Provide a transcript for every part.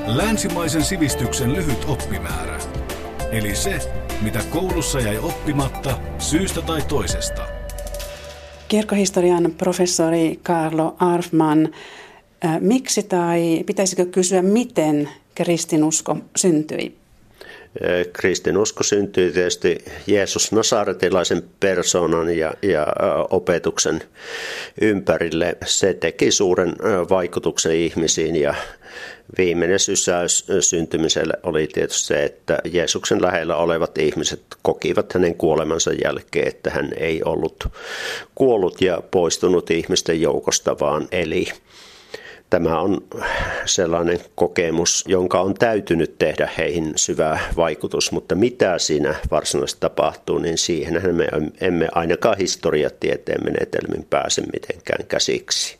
Länsimaisen sivistyksen lyhyt oppimäärä. Eli se, mitä koulussa jäi oppimatta syystä tai toisesta. Kirkkohistorian professori Kaarlo Arfman, miksi tai pitäisikö kysyä, miten kristinusko syntyi? Kristinusko syntyi tietysti Jeesus Nasaretilaisen persoonan ja opetuksen ympärille. Se teki suuren vaikutuksen ihmisiin ja viimeinen sysäys syntymiselle oli tietysti se, että Jeesuksen lähellä olevat ihmiset kokivat hänen kuolemansa jälkeen, että hän ei ollut kuollut ja poistunut ihmisten joukosta, vaan eli. Tämä on sellainen kokemus, jonka on täytynyt tehdä heihin syvä vaikutus, mutta mitä siinä varsinaisesti tapahtuu, niin siihenhän me emme ainakaan historiatieteen menetelmin pääse mitenkään käsiksi.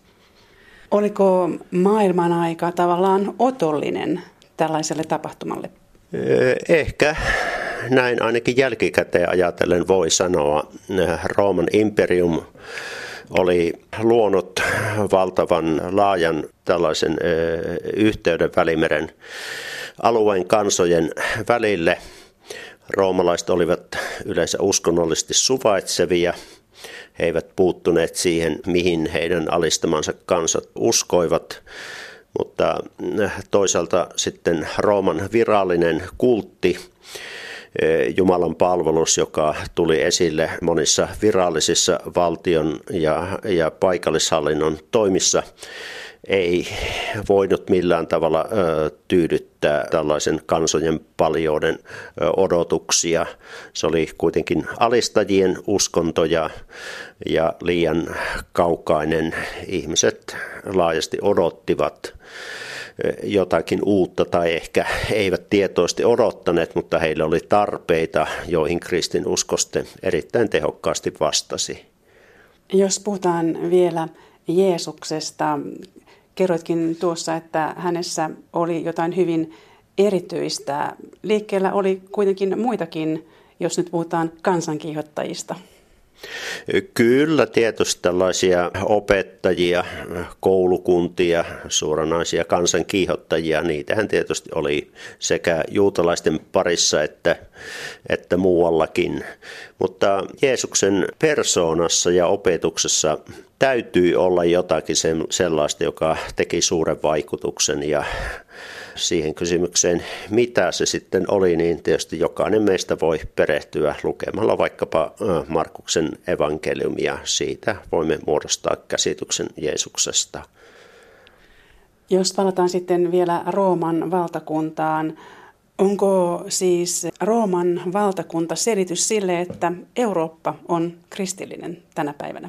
Oliko maailman aika tavallaan otollinen tällaiselle tapahtumalle? Ehkä näin ainakin jälkikäteen ajatellen voi sanoa. Rooman imperium oli luonut valtavan laajan tällaisen yhteyden Välimeren alueen kansojen välille. Roomalaiset olivat yleensä uskonnollisesti suvaitsevia. He eivät puuttuneet siihen, mihin heidän alistamansa kansat uskoivat, mutta toisaalta sitten Rooman virallinen kultti, Jumalan palvelus, joka tuli esille monissa virallisissa valtion ja paikallishallinnon toimissa, ei voinut millään tavalla tyydyttää tällaisen kansojen paljouden odotuksia. Se oli kuitenkin alistajien uskonto ja liian kaukainen. Ihmiset laajasti odottivat jotakin uutta tai ehkä eivät tietoisesti odottaneet, mutta heillä oli tarpeita, joihin kristinusko erittäin tehokkaasti vastasi. Jos puhutaan vielä Jeesuksesta, kerroitkin tuossa, että hänessä oli jotain hyvin erityistä. Liikkeellä oli kuitenkin muitakin, jos nyt puhutaan kansankiihottajista. Kyllä, tietysti tällaisia opettajia, koulukuntia, suoranaisia kansankiihottajia, niitähän tietysti oli sekä juutalaisten parissa että muuallakin. Mutta Jeesuksen persoonassa ja opetuksessa täytyy olla jotakin sellaista, joka teki suuren vaikutuksen ja siihen kysymykseen, mitä se sitten oli, niin tietysti jokainen meistä voi perehtyä lukemalla vaikkapa Markuksen evankeliumia. Siitä voimme muodostaa käsityksen Jeesuksesta. Jos palataan sitten vielä Rooman valtakuntaan, onko siis Rooman valtakunta selitys sille, että Eurooppa on kristillinen tänä päivänä?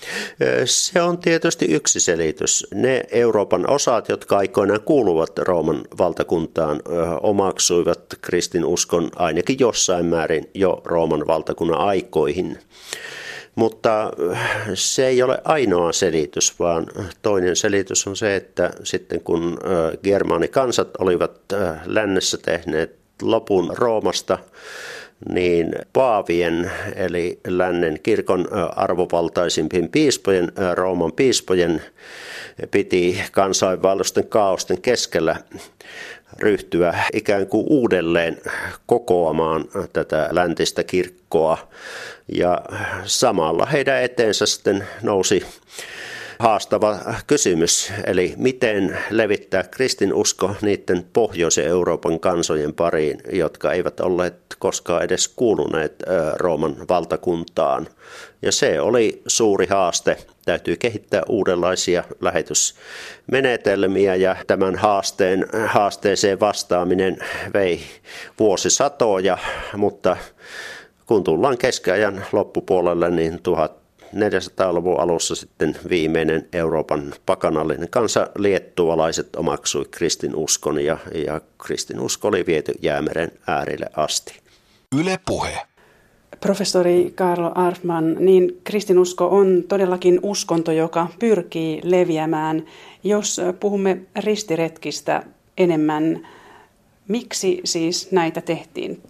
Se on tietysti yksi selitys. Ne Euroopan osat, jotka aikoinaan kuuluvat Rooman valtakuntaan, omaksuivat kristinuskon ainakin jossain määrin jo Rooman valtakunnan aikoihin. Mutta se ei ole ainoa selitys, vaan toinen selitys on se, että sitten kun germaanikansat olivat lännessä tehneet lopun Roomasta, niin paavien eli lännen kirkon arvovaltaisimpien piispojen, Rooman piispojen piti kansainvaellusten kaaosten keskellä ryhtyä ikään kuin uudelleen kokoamaan tätä läntistä kirkkoa. Ja samalla heidän eteensä sitten nousi haastava kysymys, eli miten levittää kristinusko niiden pohjoisen Euroopan kansojen pariin, jotka eivät olleet koskaan edes kuuluneet Rooman valtakuntaan. Ja se oli suuri haaste. Täytyy kehittää uudenlaisia lähetysmenetelmiä ja tämän haasteeseen vastaaminen vei vuosisatoja, mutta kun tullaan keskiajan loppupuolelle, niin 1400-luvun alussa sitten viimeinen Euroopan pakanallinen kansa liettualaiset omaksui kristinuskon ja kristinusko oli viety Jäämeren äärille asti. Yle Puhe. Professori Kaarlo Arfman, niin kristinusko on todellakin uskonto, joka pyrkii leviämään. Jos puhumme ristiretkistä enemmän, miksi siis näitä tehtiin?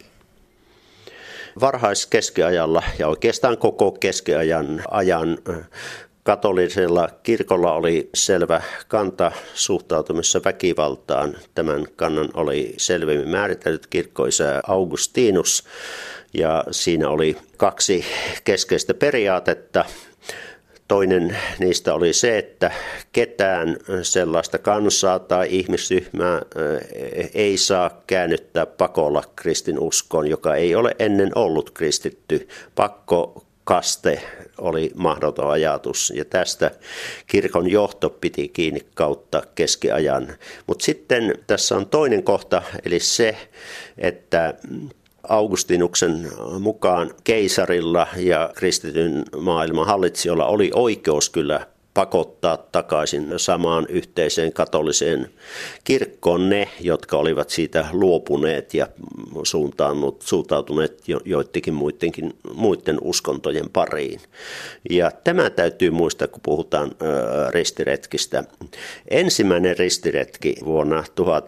Varhaiskeskiajalla ja oikeastaan koko keskiajan Katolisella kirkolla oli selvä kanta suhtautumisessa väkivaltaan. Tämän kannan oli selvemmin määritellyt kirkkoisä Augustinus ja siinä oli 2 keskeistä periaatetta. Toinen niistä oli se, että ketään sellaista kansaa tai ihmisryhmää ei saa käännyttää pakolla kristinuskoon, joka ei ole ennen ollut kristitty. Pakkokaste oli mahdoton ajatus ja tästä kirkon johto piti kiinni kautta keskiajan. Mutta sitten tässä on toinen kohta, eli se, että Augustinuksen mukaan keisarilla ja kristityn maailman hallitsijoilla oli oikeus kyllä pakottaa takaisin samaan yhteiseen katoliseen kirkkoon ne, jotka olivat siitä luopuneet ja suuntautuneet joidenkin muiden uskontojen pariin. Ja tämä täytyy muistaa, kun puhutaan ristiretkistä. Ensimmäinen ristiretki vuonna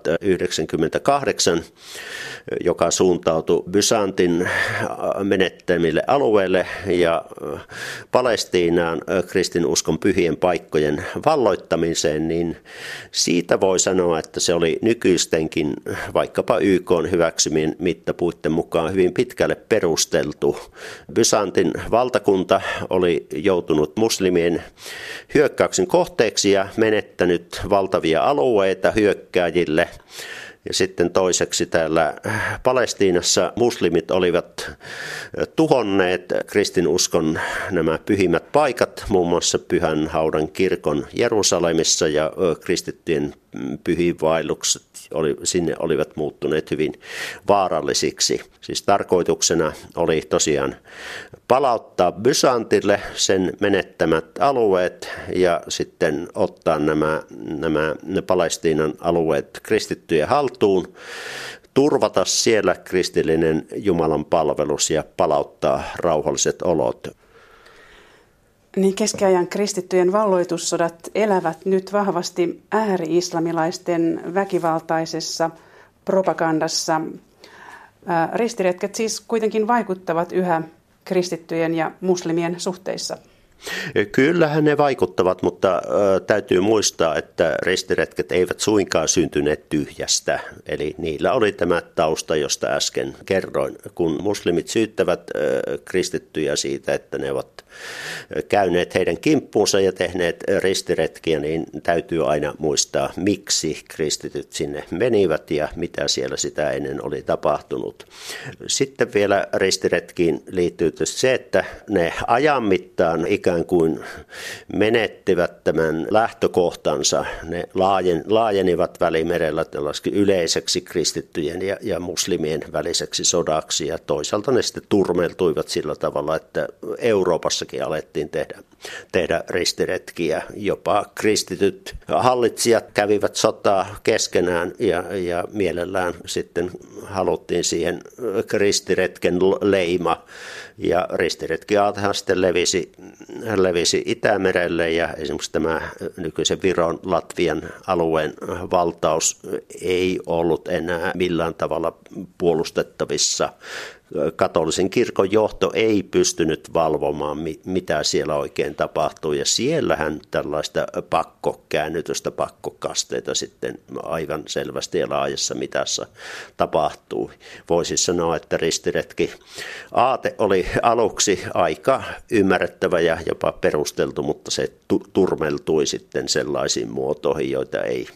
1098, joka suuntautui Byzantin menettämille alueille ja Palestiinaan kristinuskon pyhien paikkojen valloittamiseen, niin siitä voi sanoa, että se oli nykyistenkin vaikkapa YK:n hyväksymien mittapuitten mukaan hyvin pitkälle perusteltu. Byzantin valtakunta oli joutunut muslimien hyökkäyksen kohteeksi ja menettänyt valtavia alueita hyökkääjille. Ja sitten toiseksi täällä Palestiinassa muslimit olivat tuhonneet kristinuskon nämä pyhimmät paikat, muun muassa Pyhän Haudan kirkon Jerusalemissa ja kristittyjen pyhiinvaellukset sinne olivat muuttuneet hyvin vaarallisiksi. Siis tarkoituksena oli tosiaan palauttaa Byzantille sen menettämät alueet ja sitten ottaa nämä Palestiinan alueet kristittyjen haltuun, turvata siellä kristillinen Jumalan palvelus ja palauttaa rauhalliset olot. Niin keskiajan kristittyjen valloitussodat elävät nyt vahvasti ääri-islamilaisten väkivaltaisessa propagandassa. Ristiretket siis kuitenkin vaikuttavat yhä kristittyjen ja muslimien suhteissa. Kyllähän ne vaikuttavat, mutta täytyy muistaa, että ristiretket eivät suinkaan syntyneet tyhjästä. Eli niillä oli tämä tausta, josta äsken kerroin. Kun muslimit syyttävät kristittyjä siitä, että ne ovat käyneet heidän kimppuunsa ja tehneet ristiretkiä, niin täytyy aina muistaa, miksi kristityt sinne menivät ja mitä siellä sitä ennen oli tapahtunut. Sitten vielä ristiretkiin liittyy se, että ne ajan mittaan ikään kuin menettivät tämän lähtökohtansa. Ne laajenivat Välimerellä yleiseksi kristittyjen ja muslimien väliseksi sodaksi ja toisaalta ne sitten turmeltuivat sillä tavalla, että Euroopassakin alettiin tehdä ristiretkiä. Jopa kristityt hallitsijat kävivät sotaa keskenään ja mielellään sitten haluttiin siihen ristiretken leima. Ja ristiretkiaatehan sitten levisi Itämerelle ja esimerkiksi tämä nykyisen Viron, Latvian alueen valtaus ei ollut enää millään tavalla puolustettavissa. Katolisen kirkon johto ei pystynyt valvomaan, mitä siellä oikein tapahtuu, ja siellähän tällaista pakkokäännytystä, pakkokasteita sitten aivan selvästi ja laajassa mitassa tapahtuu. Voisi sanoa, että ristiretki aate oli aluksi aika ymmärrettävä ja jopa perusteltu, mutta se turmeltui sitten sellaisiin muotoihin, joita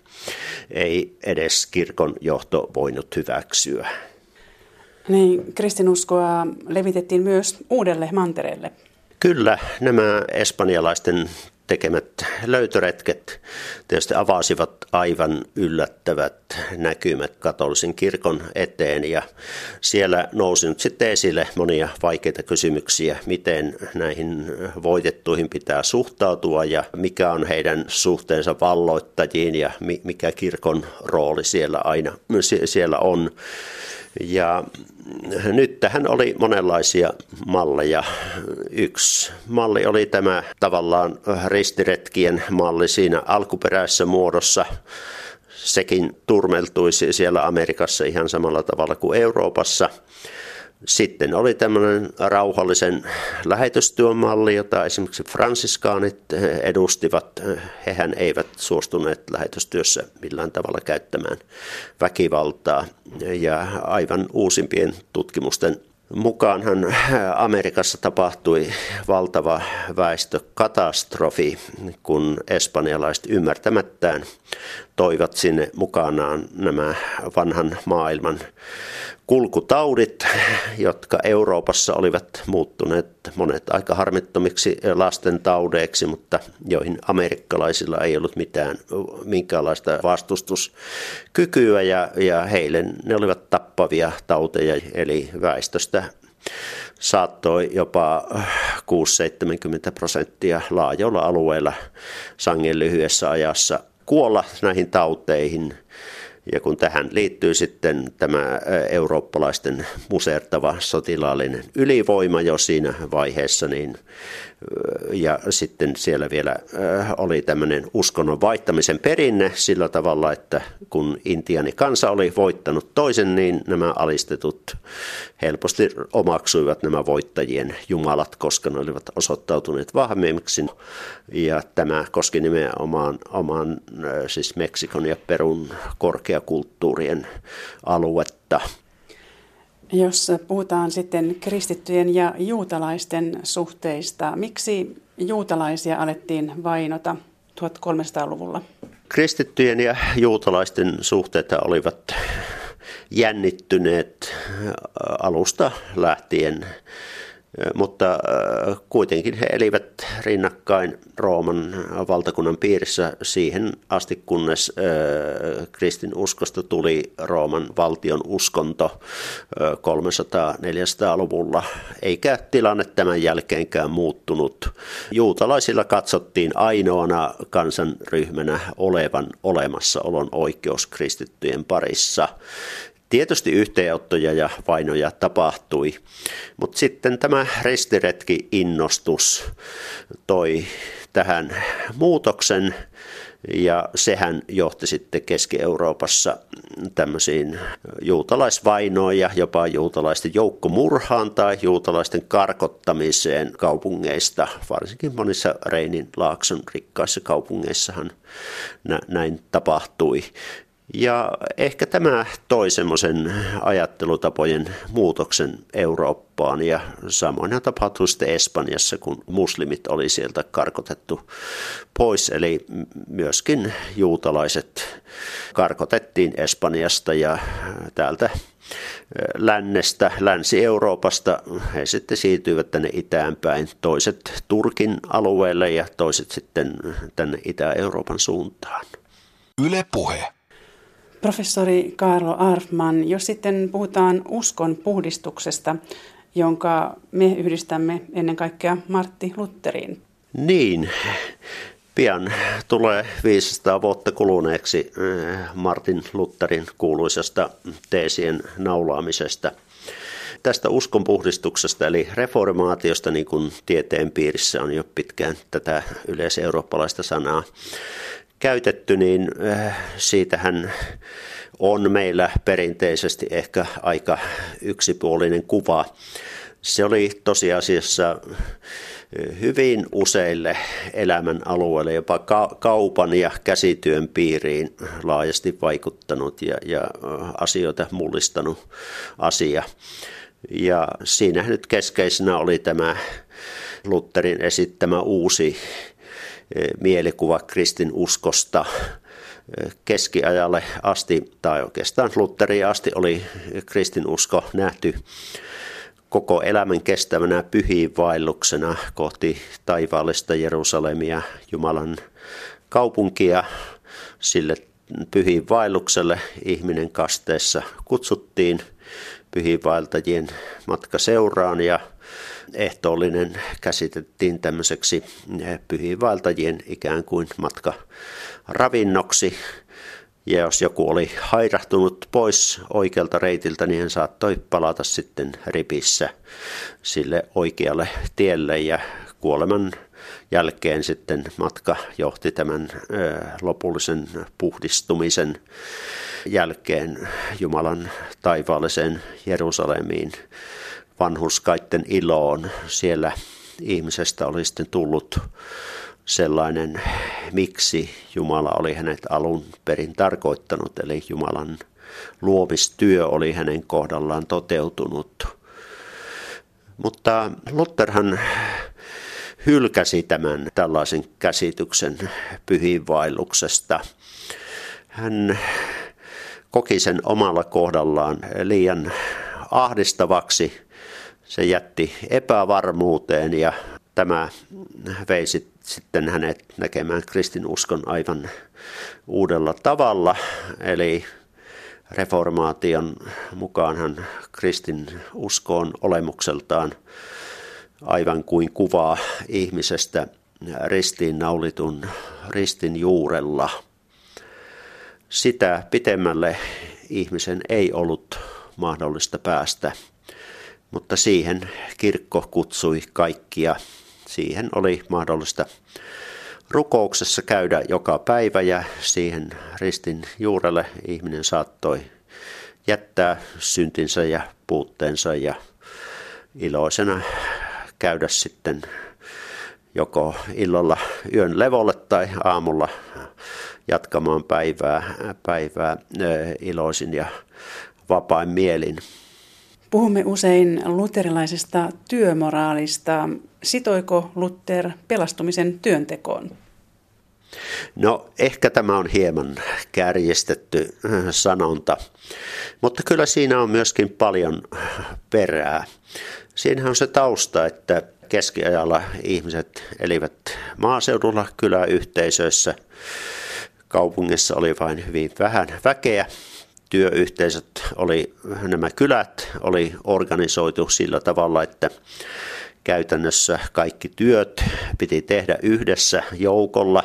ei edes kirkon johto voinut hyväksyä. Niin, kristinuskoa levitettiin myös uudelle mantereelle. Kyllä, nämä espanjalaisten tekemät löytöretket tietysti avasivat aivan yllättävät näkymät katolisen kirkon eteen ja siellä nousi nyt sitten esille monia vaikeita kysymyksiä, miten näihin voitettuihin pitää suhtautua ja mikä on heidän suhteensa valloittajiin ja mikä kirkon rooli siellä on. Ja nyt tähän oli monenlaisia malleja. Yksi malli oli tämä tavallaan ristiretkien malli siinä alkuperäisessä muodossa. Sekin turmeltui siellä Amerikassa ihan samalla tavalla kuin Euroopassa. Sitten oli tämmöinen rauhallisen lähetystyön malli, jota esimerkiksi fransiskaanit edustivat. Hehän eivät suostuneet lähetystyössä millään tavalla käyttämään väkivaltaa. Ja aivan uusimpien tutkimusten mukaanhan Amerikassa tapahtui valtava väestökatastrofi, kun espanjalaiset ymmärtämättään toivat sinne mukanaan nämä vanhan maailman kulkutaudit, jotka Euroopassa olivat muuttuneet monet aika harmittomiksi lastentaudeiksi, mutta joihin amerikkalaisilla ei ollut minkäänlaista vastustuskykyä ja heille ne olivat tappavia tauteja, eli väestöstä saattoi jopa 6-70% laajoilla alueilla sangen lyhyessä ajassa kuolla näihin tauteihin. Ja kun tähän liittyy sitten tämä eurooppalaisten musertava sotilaallinen ylivoima jo siinä vaiheessa, niin, ja sitten siellä vielä oli tämmöinen uskonnon vaihtamisen perinne sillä tavalla, että kun intiaanikansa oli voittanut toisen, niin nämä alistetut helposti omaksuivat nämä voittajien jumalat, koska ne olivat osoittautuneet vahvemmiksi. Ja tämä koski nimenomaan siis Meksikon ja Perun korkeakulttuurien aluetta. Jos puhutaan sitten kristittyjen ja juutalaisten suhteista, miksi juutalaisia alettiin vainota 1300-luvulla? Kristittyjen ja juutalaisten suhteet olivat jännittyneet alusta lähtien, mutta kuitenkin he elivät rinnakkain Rooman valtakunnan piirissä siihen asti, kunnes kristinuskosta tuli Rooman valtion uskonto 300-400-luvulla, eikä tilanne tämän jälkeenkään muuttunut. Juutalaisilla katsottiin ainoana kansanryhmänä olevan olemassaolon oikeus kristittyjen parissa. Tietysti yhteenottoja ja vainoja tapahtui, mutta sitten tämä ristiretki-innostus toi tähän muutoksen ja sehän johti sitten Keski-Euroopassa tämmöisiin juutalaisvainoihin ja jopa juutalaisten joukkomurhaan tai juutalaisten karkottamiseen kaupungeista, varsinkin monissa Reinin laakson rikkaissa kaupungeissahan näin tapahtui. Ja ehkä tämä toi semmoisen ajattelutapojen muutoksen Eurooppaan ja samoinhan tapahtui sitten Espanjassa, kun muslimit oli sieltä karkotettu pois. Eli myöskin juutalaiset karkotettiin Espanjasta ja täältä lännestä, Länsi-Euroopasta he sitten siirtyivät tänne itään päin. Toiset Turkin alueelle ja toiset sitten tänne Itä-Euroopan suuntaan. Yle Puhe. Professori Kaarlo Arfman, jos sitten puhutaan uskon puhdistuksesta, jonka me yhdistämme ennen kaikkea Martti Lutheriin. Niin, pian tulee 500 vuotta kuluneeksi Martin Lutherin kuuluisasta teesien naulaamisesta. Tästä uskonpuhdistuksesta eli reformaatiosta, niin kuin tieteen piirissä on jo pitkään tätä yleiseurooppalaista sanaa käytetty, niin siitähän on meillä perinteisesti ehkä aika yksipuolinen kuva. Se oli tosiasiassa hyvin useille elämän alueille, jopa kaupan ja käsityön piiriin laajasti vaikuttanut ja asioita mullistanut asia. Ja siinä nyt keskeisenä oli tämä Lutherin esittämä uusi mielikuva kristinuskosta. Keskiajalle asti, tai oikeastaan Lutheriin asti, oli kristinusko nähty koko elämän kestävänä pyhiinvaelluksena kohti taivaallista Jerusalemia, Jumalan kaupunkia. Sille pyhiinvaellukselle ihminen kasteessa kutsuttiin pyhiinvaeltajien matkaseuraan ja ehtoollinen käsitettiin tämmöiseksi pyhiinvaeltajien ikään kuin matkaravinnoksi. Ja jos joku oli hairahtunut pois oikealta reitiltä, niin hän saattoi palata sitten ripissä sille oikealle tielle ja kuoleman jälkeen sitten matka johti tämän lopullisen puhdistumisen jälkeen Jumalan taivaalliseen Jerusalemiin vanhurskaitten iloon. Siellä ihmisestä oli sitten tullut sellainen, miksi Jumala oli hänet alun perin tarkoittanut, eli Jumalan luomistyö oli hänen kohdallaan toteutunut. Mutta Lutherhan hylkäsi tämän tällaisen käsityksen pyhiinvaelluksesta. Hän koki sen omalla kohdallaan liian ahdistavaksi. Se jätti epävarmuuteen ja tämä vei sitten hänet näkemään kristinuskon aivan uudella tavalla. Eli reformaation mukaanhan kristinusko on olemukseltaan aivan kuin kuvaa ihmisestä ristiinnaulitun ristin juurella. Sitä pitemmälle ihmisen ei ollut mahdollista päästä, mutta siihen kirkko kutsui kaikkia. Siihen oli mahdollista rukouksessa käydä joka päivä ja siihen ristin juurelle ihminen saattoi jättää syntinsä ja puutteensa ja iloisena käydä sitten joko illalla yön levolle tai aamulla jatkamaan päivää iloisin ja vapain mielin. Puhumme usein luterilaisesta työmoraalista. Sitoiko Luther pelastumisen työntekoon? No ehkä tämä on hieman kärjistetty sanonta, mutta kyllä siinä on myöskin paljon perää. Siinähän on se tausta, että keskiajalla ihmiset elivät maaseudulla kyläyhteisöissä. Kaupungissa oli vain hyvin vähän väkeä. Työyhteisöt nämä kylät oli organisoitu sillä tavalla, että käytännössä kaikki työt piti tehdä yhdessä joukolla.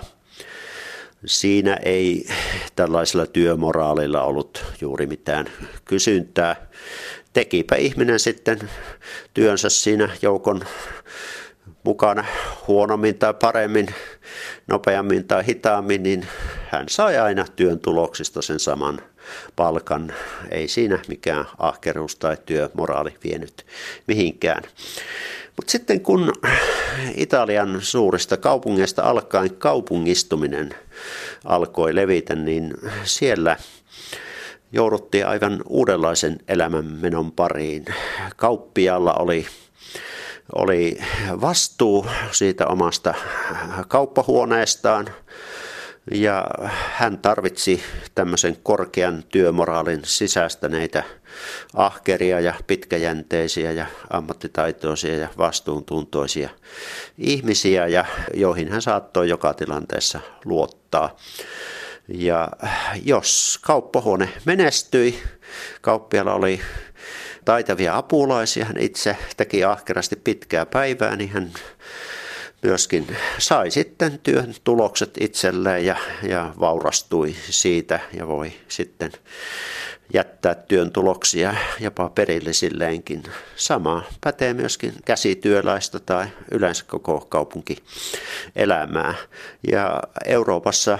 Siinä ei tällaisella työmoraalilla ollut juuri mitään kysyntää. Tekipä ihminen sitten työnsä siinä joukon mukana huonommin tai paremmin, nopeammin tai hitaammin, niin hän sai aina työn tuloksista sen saman palkan. Ei siinä mikään ahkeruus tai työmoraali vienyt mihinkään. Mutta sitten kun Italian suurista kaupungeista alkaen kaupungistuminen alkoi levitä, niin siellä jouduttiin aivan uudenlaisen elämänmenon pariin. Kauppiaalla oli vastuu siitä omasta kauppahuoneestaan ja hän tarvitsi tämmöisen korkean työmoraalin sisäistäneitä ahkeria ja pitkäjänteisiä ja ammattitaitoisia ja vastuuntuntoisia ihmisiä, joihin hän saattoi joka tilanteessa luottaa. Ja jos kauppahuone menestyi, kauppiaalla oli taitavia apulaisia, hän itse teki ahkerasti pitkää päivää, niin hän myöskin sai sitten työn tulokset itselleen ja vaurastui siitä ja voi sitten jättää työn tuloksia jopa perillisilleenkin. Sama pätee myöskin käsityöläistä tai yleensä koko kaupunkielämää. Ja Euroopassa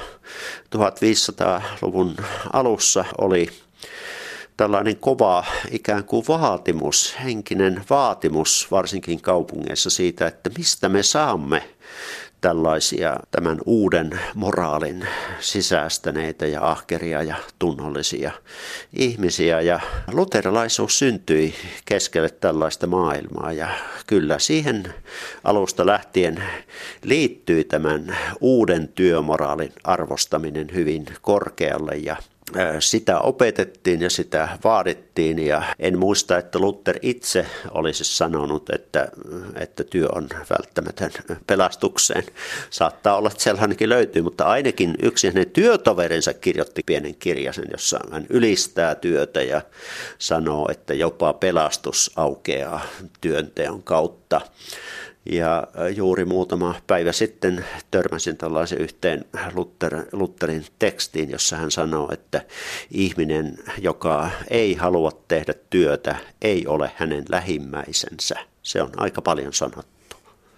1500-luvun alussa oli tällainen kova ikään kuin vaatimus, henkinen vaatimus varsinkin kaupungeissa siitä, että mistä me saamme tällaisia tämän uuden moraalin sisäistäneitä ja ahkeria ja tunnollisia ihmisiä. Ja luterilaisuus syntyi keskelle tällaista maailmaa ja kyllä siihen alusta lähtien liittyy tämän uuden työmoraalin arvostaminen hyvin korkealle ja sitä opetettiin ja sitä vaadittiin ja en muista, että Luther itse olisi sanonut, että työ on välttämätön pelastukseen. Saattaa olla, että sellainenkin löytyy, mutta ainakin yksi hänen työtoverinsa kirjoitti pienen kirjasen, jossa hän ylistää työtä ja sanoo, että jopa pelastus aukeaa työnteon kautta. Ja juuri muutama päivä sitten törmäsin tällaisen yhteen Lutherin tekstiin, jossa hän sanoo, että ihminen, joka ei halua tehdä työtä, ei ole hänen lähimmäisensä. Se on aika paljon sanottu.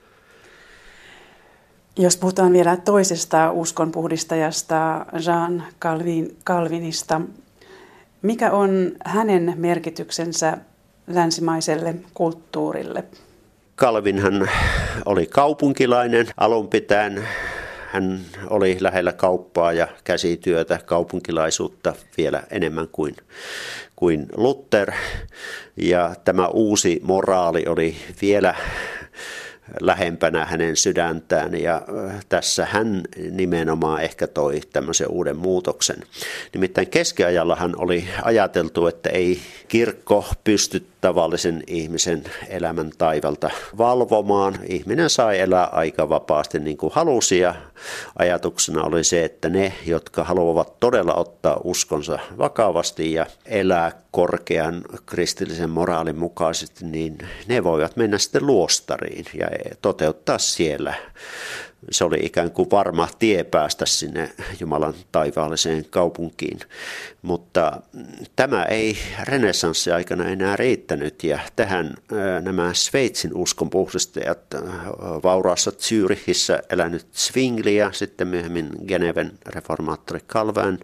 Jos puhutaan vielä toisesta uskonpuhdistajasta, Jean Calvinista, mikä on hänen merkityksensä länsimaiselle kulttuurille? Calvinhan oli kaupunkilainen alun pitäen. Hän oli lähellä kauppaa ja käsityötä, kaupunkilaisuutta vielä enemmän kuin Luther. Ja tämä uusi moraali oli vielä lähempänä hänen sydäntään, ja tässä hän nimenomaan ehkä toi tämmöisen uuden muutoksen. Nimittäin keskiajallahan oli ajateltu, että ei kirkko pysty tavallisen ihmisen elämän taivalta valvomaan. Ihminen sai elää aika vapaasti niin kuin halusi, ja ajatuksena oli se, että ne, jotka haluavat todella ottaa uskonsa vakavasti ja elää korkean kristillisen moraalin mukaisesti, niin ne voivat mennä sitten luostariin ja toteuttaa siellä. Se oli ikään kuin varma tie päästä sinne Jumalan taivaalliseen kaupunkiin, mutta tämä ei renessanssiaikana enää riittänyt, ja tähän nämä Sveitsin uskonpuhdistajat, vauraassa Zürichissä elänyt Zwingli ja sitten myöhemmin Geneven reformaattori Calvin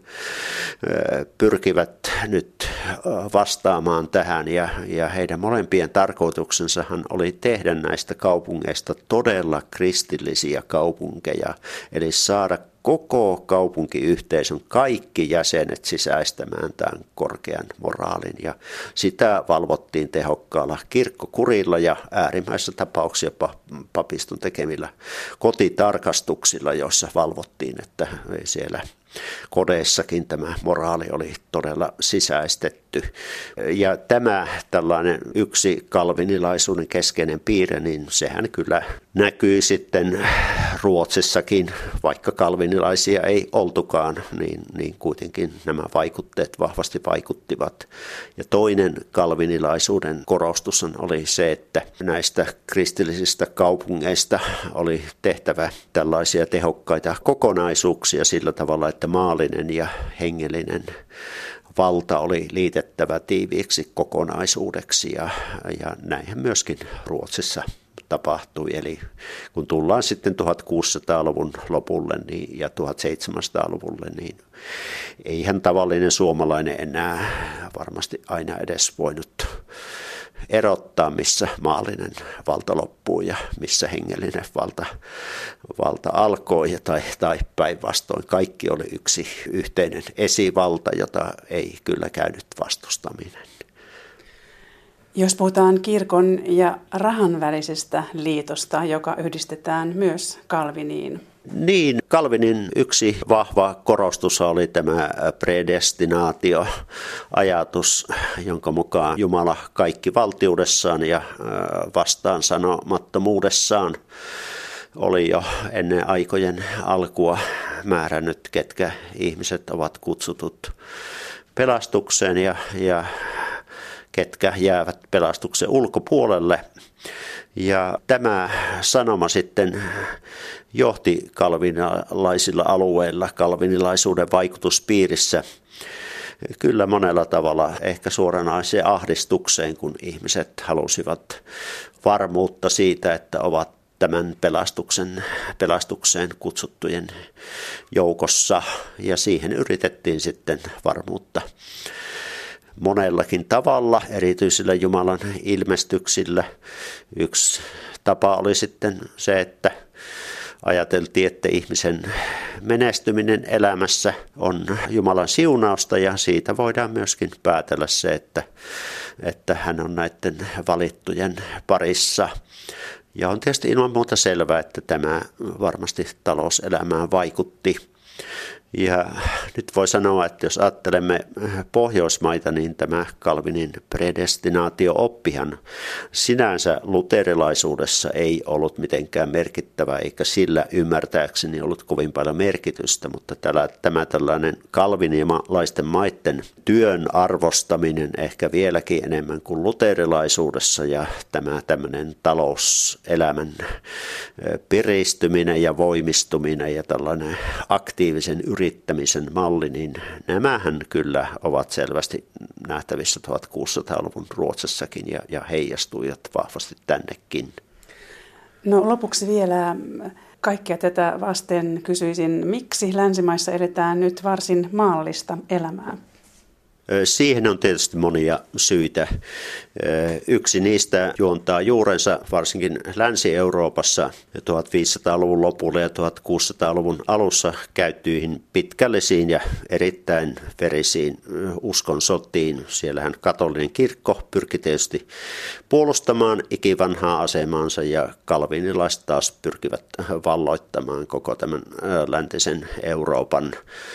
pyrkivät nyt vastaamaan tähän, ja heidän molempien tarkoituksensahan oli tehdä näistä kaupungeista todella kristillisiä kaupunkeja, eli saada koko kaupunkiyhteisön kaikki jäsenet sisäistämään tämän korkean moraalin, ja sitä valvottiin tehokkaalla kirkkokurilla ja äärimmäisissä tapauksissa papiston tekemillä kotitarkastuksilla, joissa valvottiin, että siellä kodeissakin tämä moraali oli todella sisäistetty. Ja tämä tällainen yksi kalvinilaisuuden keskeinen piirre, niin sehän kyllä näkyi sitten Ruotsissakin, vaikka kalvinilaisia ei oltukaan, niin kuitenkin nämä vaikutteet vahvasti vaikuttivat. Ja toinen kalvinilaisuuden korostus oli se, että näistä kristillisistä kaupungeista oli tehtävä tällaisia tehokkaita kokonaisuuksia sillä tavalla, että maallinen ja hengellinen valta oli liitettävä tiiviiksi kokonaisuudeksi, ja näinhän myöskin Ruotsissa tapahtui. Eli kun tullaan sitten 1600-luvun lopulle ja 1700-luvulle, niin eihän tavallinen suomalainen enää varmasti aina edes voinut erottaa, missä maallinen valta loppuu ja missä hengellinen valta alkoi, tai päinvastoin. Kaikki oli yksi yhteinen esivalta, jota ei kyllä käynyt vastustaminen. Jos puhutaan kirkon ja rahan välisestä liitosta, joka yhdistetään myös Calviniin. Niin, Calvinin yksi vahva korostus oli tämä predestinaatio-ajatus, jonka mukaan Jumala kaikki valtiudessaan ja vastaansanomattomuudessaan oli jo ennen aikojen alkua määrännyt, ketkä ihmiset ovat kutsutut pelastukseen ja ketkä jäävät pelastuksen ulkopuolelle. Ja tämä sanoma sitten johti kalvinilaisilla alueilla, kalvinilaisuuden vaikutuspiirissä kyllä monella tavalla ehkä suoranaiseen ahdistukseen, kun ihmiset halusivat varmuutta siitä, että ovat tämän pelastukseen kutsuttujen joukossa, ja siihen yritettiin sitten varmuutta monellakin tavalla, erityisillä Jumalan ilmestyksillä. Yksi tapa oli sitten se, että ajateltiin, että ihmisen menestyminen elämässä on Jumalan siunausta, ja siitä voidaan myöskin päätellä se, että hän on näiden valittujen parissa. Ja on tietysti ilman muuta selvää, että tämä varmasti talouselämään vaikutti. Ja nyt voi sanoa, että jos ajattelemme Pohjoismaita, niin tämä Calvinin predestinaatio-oppihan sinänsä luterilaisuudessa ei ollut mitenkään merkittävä, eikä sillä ymmärtääkseni ollut kovin paljon merkitystä, mutta tämä tällainen kalvinilaisten maiden työn arvostaminen ehkä vieläkin enemmän kuin luterilaisuudessa, ja tämä tämmöinen talouselämän piristyminen ja voimistuminen ja tällainen aktiivisen yrittämisen malli, niin nämähän kyllä ovat selvästi nähtävissä 1600-luvun Ruotsissakin ja heijastuivat vahvasti tännekin. No lopuksi vielä kaikkea tätä vasten kysyisin, miksi länsimaissa eletään nyt varsin maallista elämää? Siihen on tietysti monia syitä. Yksi niistä juontaa juurensa varsinkin Länsi-Euroopassa 1500-luvun lopulla ja 1600-luvun alussa käytyihin pitkällisiin ja erittäin verisiin uskonsotiin. Siellähän katolinen kirkko pyrki tietysti puolustamaan ikivanhaa asemaansa ja kalvinilaiset taas pyrkivät valloittamaan koko tämän läntisen Euroopan.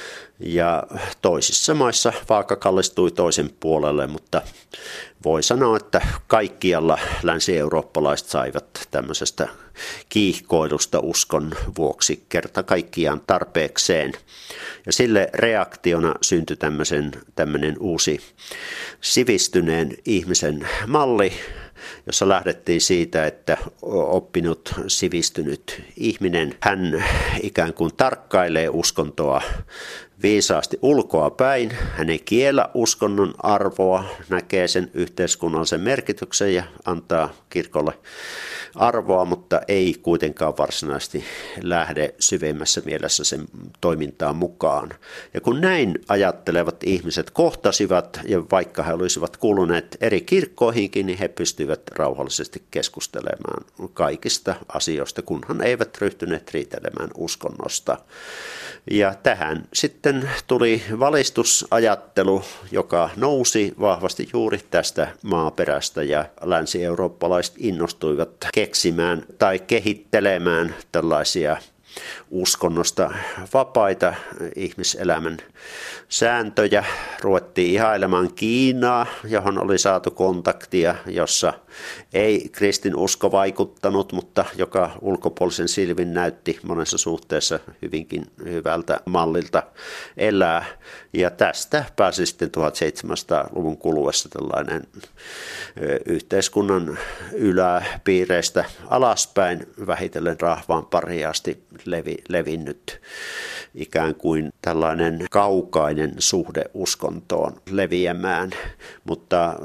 Ja toisissa maissa vaaka kallistui toisen puolelle, mutta voi sanoa, että kaikkialla länsi-eurooppalaiset saivat tämmöisestä kiihkoilusta uskon vuoksi kerta kaikkiaan tarpeekseen. Ja sille reaktiona syntyi tämmöinen uusi sivistyneen ihmisen malli, jossa lähdettiin siitä, että oppinut, sivistynyt ihminen, hän ikään kuin tarkkailee uskontoa viisaasti ulkoa päin. Hän ei kiellä uskonnon arvoa, näkee sen yhteiskunnallisen merkityksen ja antaa kirkolle arvoa, mutta ei kuitenkaan varsinaisesti lähde syvemmässä mielessä sen toimintaan mukaan. Ja kun näin ajattelevat ihmiset kohtasivat, ja vaikka he olisivat kuuluneet eri kirkkoihinkin, niin he pystyivät rauhallisesti keskustelemaan kaikista asioista, kunhan eivät ryhtyneet riitelemään uskonnosta. Ja tähän sitten tuli valistusajattelu, joka nousi vahvasti juuri tästä maaperästä, ja länsi-eurooppalaiset innostuivat keksimään tai kehittelemään tällaisia uskonnosta vapaita ihmiselämän sääntöjä. Ruvettiin ihailemaan Kiinaa, johon oli saatu kontaktia, jossa ei kristinusko vaikuttanut, mutta joka ulkopuolisen silmin näytti monessa suhteessa hyvinkin hyvältä mallilta elää. Ja tästä pääsi sitten 1700-luvun kuluessa tällainen yhteiskunnan yläpiireistä alaspäin vähitellen rahvaan pariin asti levinnyt ikään kuin tällainen kaukainen suhde uskontoon leviämään, mutta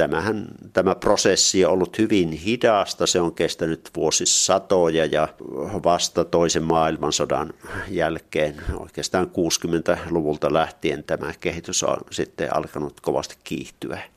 tämä prosessi on ollut hyvin hidasta, se on kestänyt vuosisatoja ja vasta toisen maailmansodan jälkeen, oikeastaan 60-luvulta lähtien tämä kehitys on sitten alkanut kovasti kiihtyä.